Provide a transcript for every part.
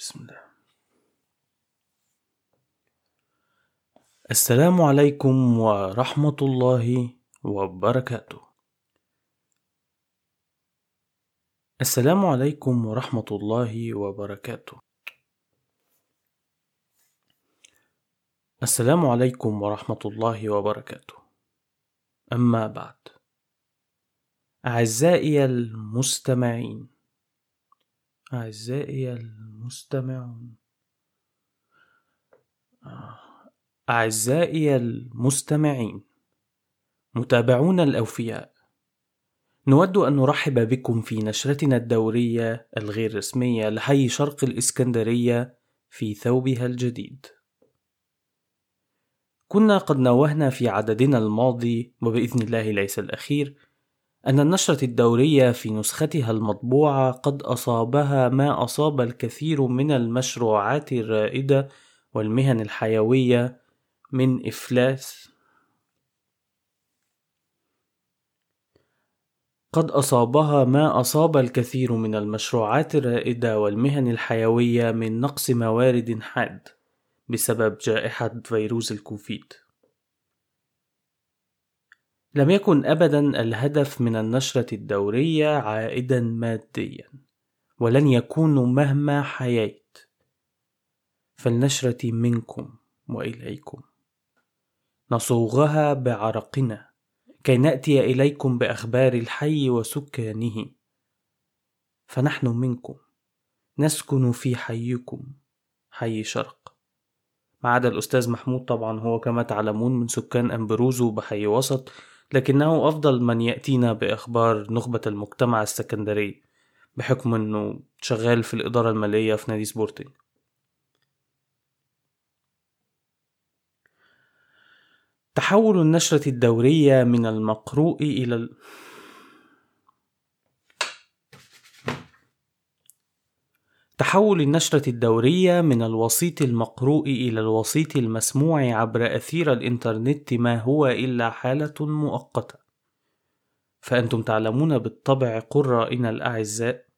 بسم الله. السلام عليكم ورحمة الله وبركاته. السلام عليكم ورحمة الله وبركاته. السلام عليكم ورحمة الله وبركاته. أما بعد، أعزائي المستمعين، أعزائي المستمعون، أعزائي المستمعين، متابعون الأوفياء، نود أن نرحب بكم في نشرتنا الدورية الغير رسمية لحي شرق الإسكندرية في ثوبها الجديد. كنا قد نوهنا في عددنا الماضي، وبإذن الله ليس الأخير، أن النشرة الدورية في نسختها المطبوعة قد أصابها ما أصاب الكثير من المشروعات الرائدة والمهن الحيوية من إفلاس. قد أصابها ما أصاب الكثير من المشروعات الرائدة والمهن الحيوية من نقص موارد حاد بسبب جائحة فيروس الكوفيد. لم يكن أبدا الهدف من النشرة الدورية عائدا ماديا، ولن يكون مهما حييت، فالنشرة منكم وإليكم، نصوغها بعرقنا كي نأتي إليكم بأخبار الحي وسكانه، فنحن منكم، نسكن في حيكم، حي شرق، ما عدا الأستاذ محمود طبعا، هو كما تعلمون من سكان أمبروزو بحي وسط، لكنه أفضل من يأتينا بأخبار نخبة المجتمع السكندري بحكم أنه شغال في الإدارة المالية في نادي سبورتنج. تحول النشرة الدورية من المقروء إلى تحول النشرة الدورية من الوسيط المقروء إلى الوسيط المسموع عبر أثير الإنترنت ما هو إلا حالة مؤقتة. فأنتم تعلمون بالطبع قرائنا الأعزاء،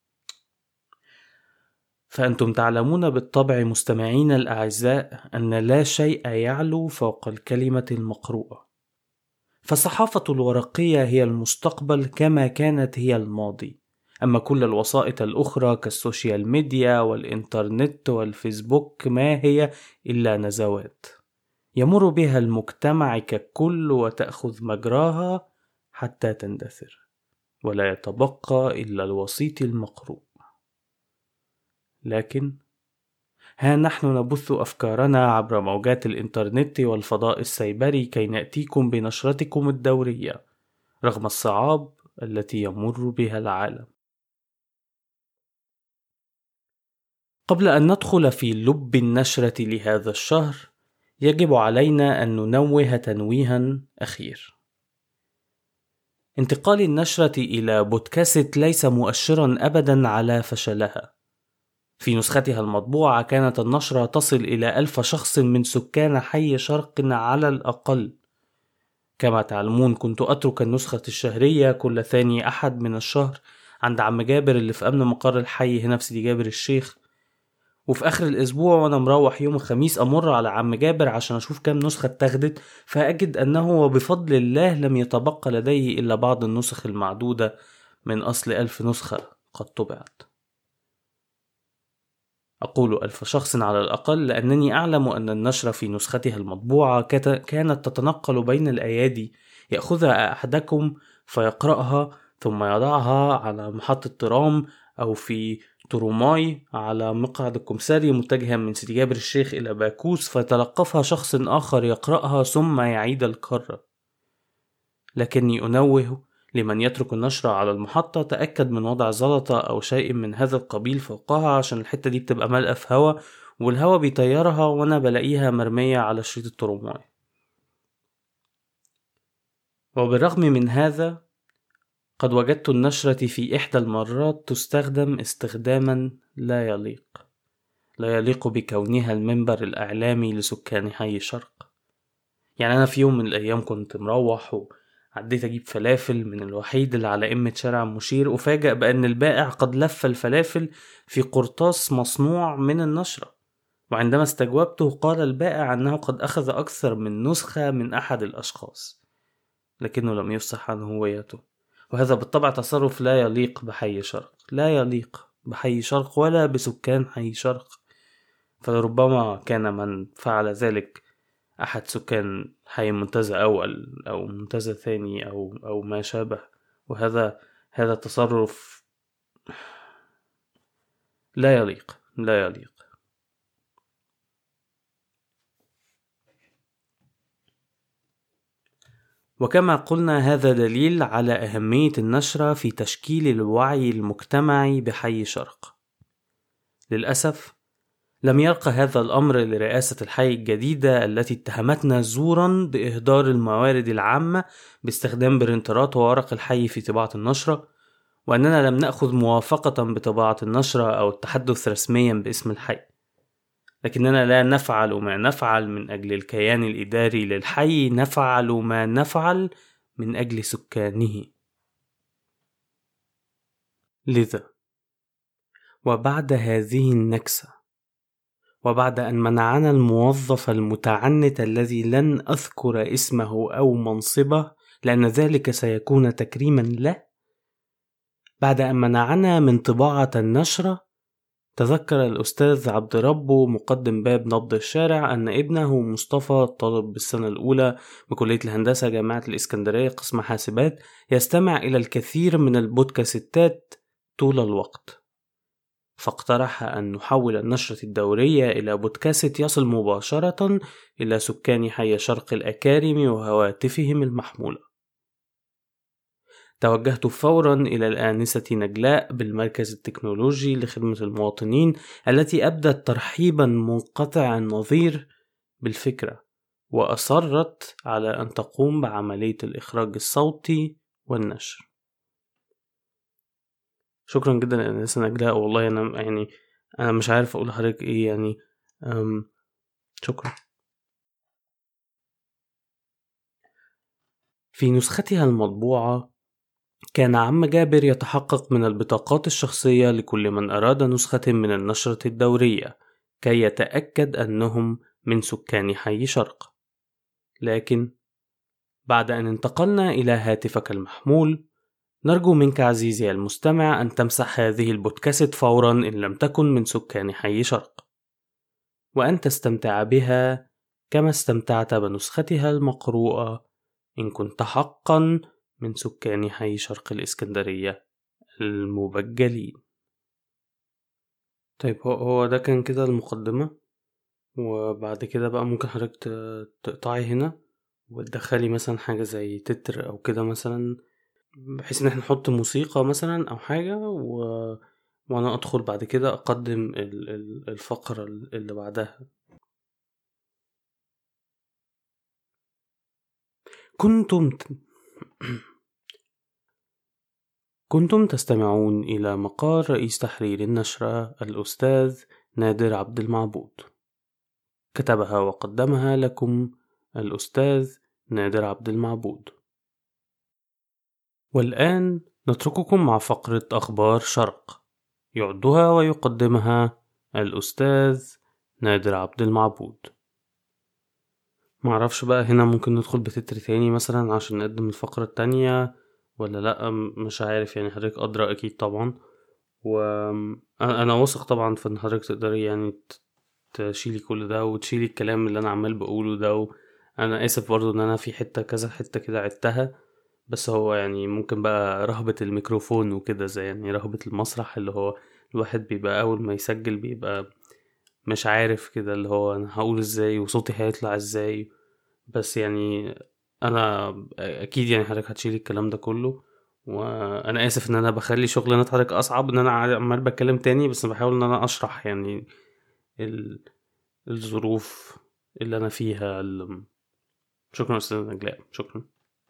مستمعين الأعزاء، أن لا شيء يعلو فوق الكلمة المقروءة، فالصحافة الورقية هي المستقبل كما كانت هي الماضي، أما كل الوسائط الأخرى كالسوشيال ميديا والإنترنت والفيسبوك ما هي إلا نزوات يمر بها المجتمع ككل وتأخذ مجراها حتى تندثر، ولا يتبقى إلا الوسيط المقروء. لكن ها نحن نبث أفكارنا عبر موجات الإنترنت والفضاء السيبري كي نأتيكم بنشرتكم الدورية رغم الصعاب التي يمر بها العالم. قبل أن ندخل في لب النشرة لهذا الشهر، يجب علينا أن ننوه تنويها أخير. انتقال النشرة إلى بودكاست ليس مؤشرا أبدا على فشلها. في نسختها المطبوعة كانت النشرة تصل إلى 1000 شخص من سكان حي شرق على الأقل. كما تعلمون كنت أترك النسخة الشهرية كل ثاني أحد من الشهر عند عم جابر اللي في أمن مقر الحي هنا في سيدي جابر الشيخ، وفي آخر الأسبوع وأنا مروح يوم الخميس أمر على عم جابر عشان أشوف كام نسخة اتاخدت، فأجد أنه وبفضل الله لم يتبقى لديه إلا بعض النسخ المعدودة من أصل 1000 نسخة قد طبعت. أقول 1000 شخص على الأقل لأنني أعلم أن النشرة في نسختها المطبوعة كانت تتنقل بين الأيادي، يأخذها أحدكم فيقرأها ثم يضعها على محطة ترام أو في تروماي على مقعد الكمساري متجها من سيدي جابر الشيخ إلى باكوس، فيتلقفها شخص آخر يقرأها ثم يعيد الكرة. لكني أنوه لمن يترك النشرة على المحطة، تأكد من وضع زلطة أو شيء من هذا القبيل فوقها عشان الحتة دي بتبقى ملقى في هوا، والهوا بيطيرها وأنا بلاقيها مرمية على شريط التروماي. وبالرغم من هذا قد وجدت النشرة في إحدى المرات تستخدم استخداما لا يليق بكونها المنبر الإعلامي لسكان حي شرق. يعني أنا في يوم من الأيام كنت مروح عديت أجيب فلافل من الوحيد اللي على قمة شارع مشير، أفاجأ بأن البائع قد لف الفلافل في قرطاس مصنوع من النشرة، وعندما استجوبته قال البائع أنه قد أخذ أكثر من نسخة من أحد الأشخاص، لكنه لم يفصح عن هويته. وهذا بالطبع تصرف لا يليق بحي شرق، لا يليق بحي شرق ولا بسكان حي شرق. فلربما كان من فعل ذلك أحد سكان حي منتزه أول أو منتزه ثاني أو ما شابه. وهذا تصرف لا يليق، لا يليق. وكما قلنا هذا دليل على أهمية النشرة في تشكيل الوعي المجتمعي بحي شرق. للأسف لم يرقى هذا الأمر لرئاسة الحي الجديدة التي اتهمتنا زورا بإهدار الموارد العامة باستخدام برنترات وورق الحي في طباعة النشرة، وأننا لم نأخذ موافقة بطباعة النشرة أو التحدث رسميا باسم الحي. لكننا لا نفعل ما نفعل من أجل الكيان الإداري للحي، نفعل ما نفعل من أجل سكانه. لذا وبعد هذه النكسة، وبعد أن منعنا الموظف المتعنت الذي لن أذكر اسمه أو منصبه لأن ذلك سيكون تكريما له، بعد أن منعنا من طباعة النشرة، تذكر الأستاذ عبد ربه مقدم باب نبض الشارع أن ابنه مصطفى طالب بالسنة الأولى بكلية الهندسة جامعة الإسكندرية قسم حاسبات يستمع إلى الكثير من البودكاستات طول الوقت، فاقترح أن نحول النشرة الدورية إلى بودكاست يصل مباشرة إلى سكان حي شرق الأكارم وهواتفهم المحمولة. توجهت فورا إلى الآنسة نجلاء بالمركز التكنولوجي لخدمة المواطنين التي أبدت ترحيبا منقطع النظير بالفكرة، وأصرت على أن تقوم بعملية الإخراج الصوتي والنشر. شكرا جدا للآنسة نجلاء، والله أنا مش عارف أقول لحضرتك إيه يعني. شكرا. في نسختها المطبوعة كان عم جابر يتحقق من البطاقات الشخصية لكل من أراد نسخة من النشرة الدورية كي يتأكد أنهم من سكان حي شرق. لكن بعد أن انتقلنا إلى هاتفك المحمول، نرجو منك عزيزي المستمع أن تمسح هذه البودكاست فورا إن لم تكن من سكان حي شرق، وأن تستمتع بها كما استمتعت بنسختها المقروءة إن كنت حقا من سكان حي شرق الإسكندرية المبجلين. طيب هو ده كان كده المقدمة، وبعد كده بقى ممكن حضرتك تقطعي هنا وتدخلي مثلا حاجة زي تتر أو كده مثلا، بحيث إن احنا نحط موسيقى مثلا أو حاجة وأنا أدخل بعد كده أقدم الفقرة اللي بعدها. كنتم تستمعون إلى مقال رئيس تحرير النشرة الأستاذ نادر عبد المعبود، كتبها وقدمها لكم الأستاذ نادر عبد المعبود. والآن نترككم مع فقرة أخبار شرق، يعدها ويقدمها الأستاذ نادر عبد المعبود. معرفش بقى هنا ممكن ندخل بتتر تاني مثلا عشان نقدم الفقرة التانية ولا لأ، مش عارف يعني، حضرتك أدرى أكيد طبعا، وأنا واثق طبعا في إن حضرتك تقدري يعني تشيلي كل ده وتشيلي الكلام اللي أنا عمال بقوله ده. وأنا آسف برضو إن أنا في كذا حتة كده عدتها، بس هو يعني ممكن بقى رهبة الميكروفون وكده، زي يعني رهبة المسرح اللي هو الواحد بيبقى أول ما يسجل بيبقى مش عارف كده اللي هو أنا هقول إزاي وصوتي هيطلع إزاي. بس يعني أنا أكيد يعني حضرتك هتشيلي الكلام ده كله، وأنا آسف إن أنا بخلي شغلانة حضرتك أصعب، إن أنا عمال بتكلم تاني، بس بحاول إن أنا أشرح يعني الظروف اللي أنا فيها. شكرا أستاذ نجلاء، شكرا.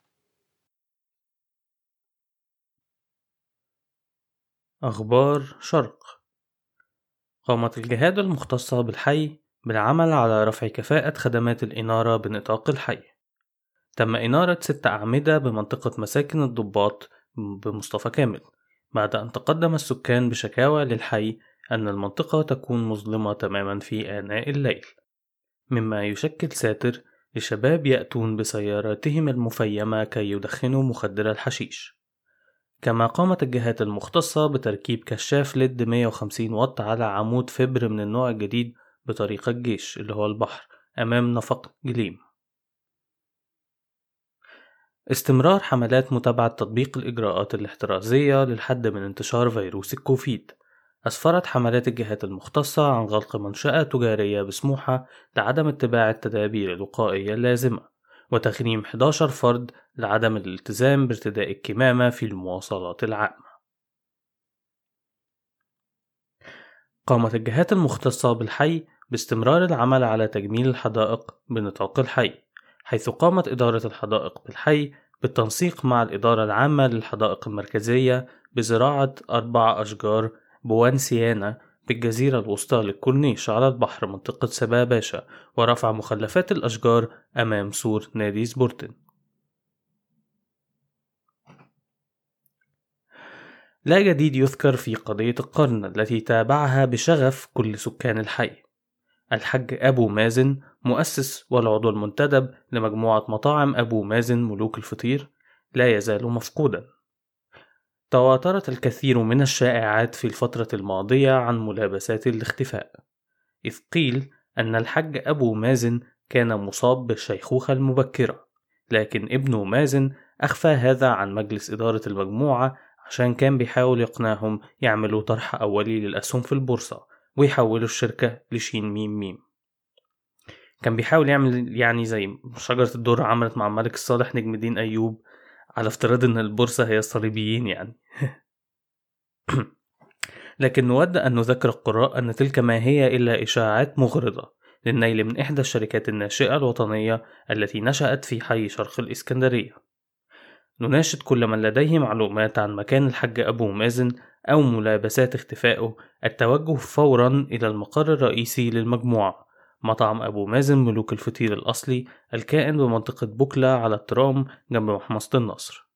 أخبار شرق. قامت الجهات المختصة بالحي بالعمل على رفع كفاءة خدمات الإنارة بنطاق الحي، تم إنارة 6 أعمدة بمنطقة مساكن الضباط بمصطفى كامل، بعد أن تقدم السكان بشكاوى للحي أن المنطقة تكون مظلمة تماما في آناء الليل، مما يشكل ساتر لشباب يأتون بسياراتهم المفيمة كي يدخنوا مخدر الحشيش. كما قامت الجهات المختصة بتركيب كشاف ليد 150 واط على عمود فبر من النوع الجديد بطريقة الجيش اللي هو البحر أمام نفق جليم. استمرار حملات متابعة تطبيق الإجراءات الاحترازية للحد من انتشار فيروس الكوفيد. أسفرت حملات الجهات المختصة عن غلق منشأة تجارية بسموحة لعدم اتباع التدابير الوقائية اللازمة، وتغريم 11 فرد لعدم الالتزام بارتداء الكمامة في المواصلات العامة. قامت الجهات المختصة بالحي باستمرار العمل على تجميل الحدائق بنطاق الحي، حيث قامت إدارة الحدائق بالحي بالتنسيق مع الإدارة العامة للحدائق المركزية بزراعة 4 أشجار بوانسيانا بالجزيرة الوسطى للكورنيش على البحر منطقة سبا باشا، ورفع مخلفات الأشجار أمام سور نادي سبورتن. لا جديد يذكر في قضية القرن التي تابعها بشغف كل سكان الحي. الحج أبو مازن مؤسس والعضو المنتدب لمجموعة مطاعم أبو مازن ملوك الفطير لا يزال مفقودا. تواترت الكثير من الشائعات في الفترة الماضية عن ملابسات الاختفاء، إذ قيل أن الحج أبو مازن كان مصاب بالشيخوخة المبكرة، لكن ابنه مازن أخفى هذا عن مجلس إدارة المجموعة عشان كان بيحاول يقنعهم يعملوا طرح أولي للأسهم في البورصة ويحولوا الشركة لشين ميم ميم. كان بيحاول يعمل يعني زي شجرة الدر عملت مع الملك الصالح نجم الدين أيوب، على افتراض أن البورصة هي الصليبيين يعني. لكن نود أن نذكر القراء أن تلك ما هي إلا إشاعات مغرضة للنيل من إحدى الشركات الناشئة الوطنية التي نشأت في حي شرق الإسكندرية. نناشد كل من لديه معلومات عن مكان الحج أبو مازن أو ملابسات اختفائه التوجه فورا إلى المقر الرئيسي للمجموعة، مطعم أبو مازن ملوك الفطير الأصلي الكائن بمنطقة بوكلا على الترام جنب محمصة النصر.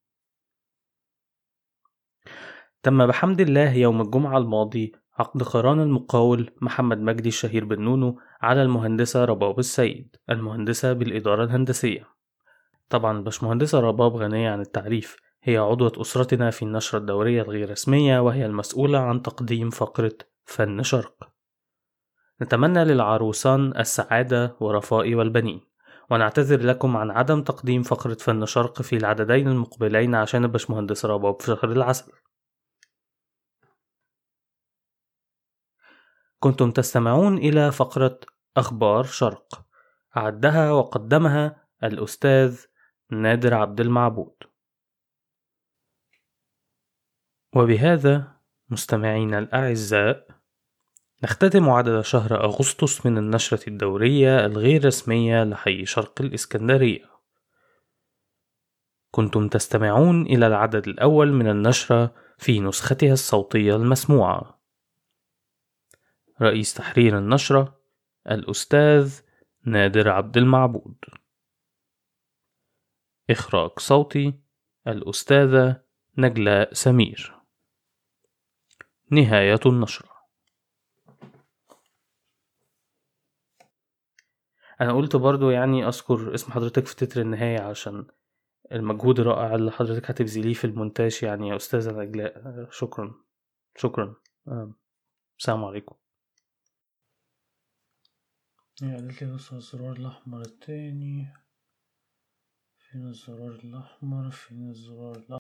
تم بحمد الله يوم الجمعة الماضي عقد قران المقاول محمد مجدي الشهير بن نونو على المهندسة رباب السيد المهندسة بالإدارة الهندسية. طبعا باشمهندسة رباب غنية عن التعريف، هي عضوة أسرتنا في النشرة الدورية الغير رسمية، وهي المسؤولة عن تقديم فقرة فن شرق. نتمنى للعروسان السعادة ورفاء والبنين، ونعتذر لكم عن عدم تقديم فقرة فن شرق في العددين المقبلين عشان الباشمهندسة رباب في شهر العسل. كنتم تستمعون إلى فقرة أخبار شرق، أعدها وقدمها الأستاذ نادر عبد المعبود. وبهذا مستمعينا الأعزاء نختتم عدد شهر أغسطس من النشرة الدورية الغير رسمية لحي شرق الإسكندرية. كنتم تستمعون إلى العدد الأول من النشرة في نسختها الصوتية المسموعة. رئيس تحرير النشرة الأستاذ نادر عبد المعبود. إخراج صوتي الأستاذة نجلاء سمير. نهاية النشرة. أنا قلت برضو يعني أذكر اسم حضرتك في تتر النهاية عشان المجهود الرائع اللي حضرتك هتبذليه في المونتاج يعني يا أستاذة نجلاء. شكرا شكرا. السلام عليكم. يعني كده الزرار الأحمر التاني، فين الزرار الأحمر، فين الزرار الأحمر.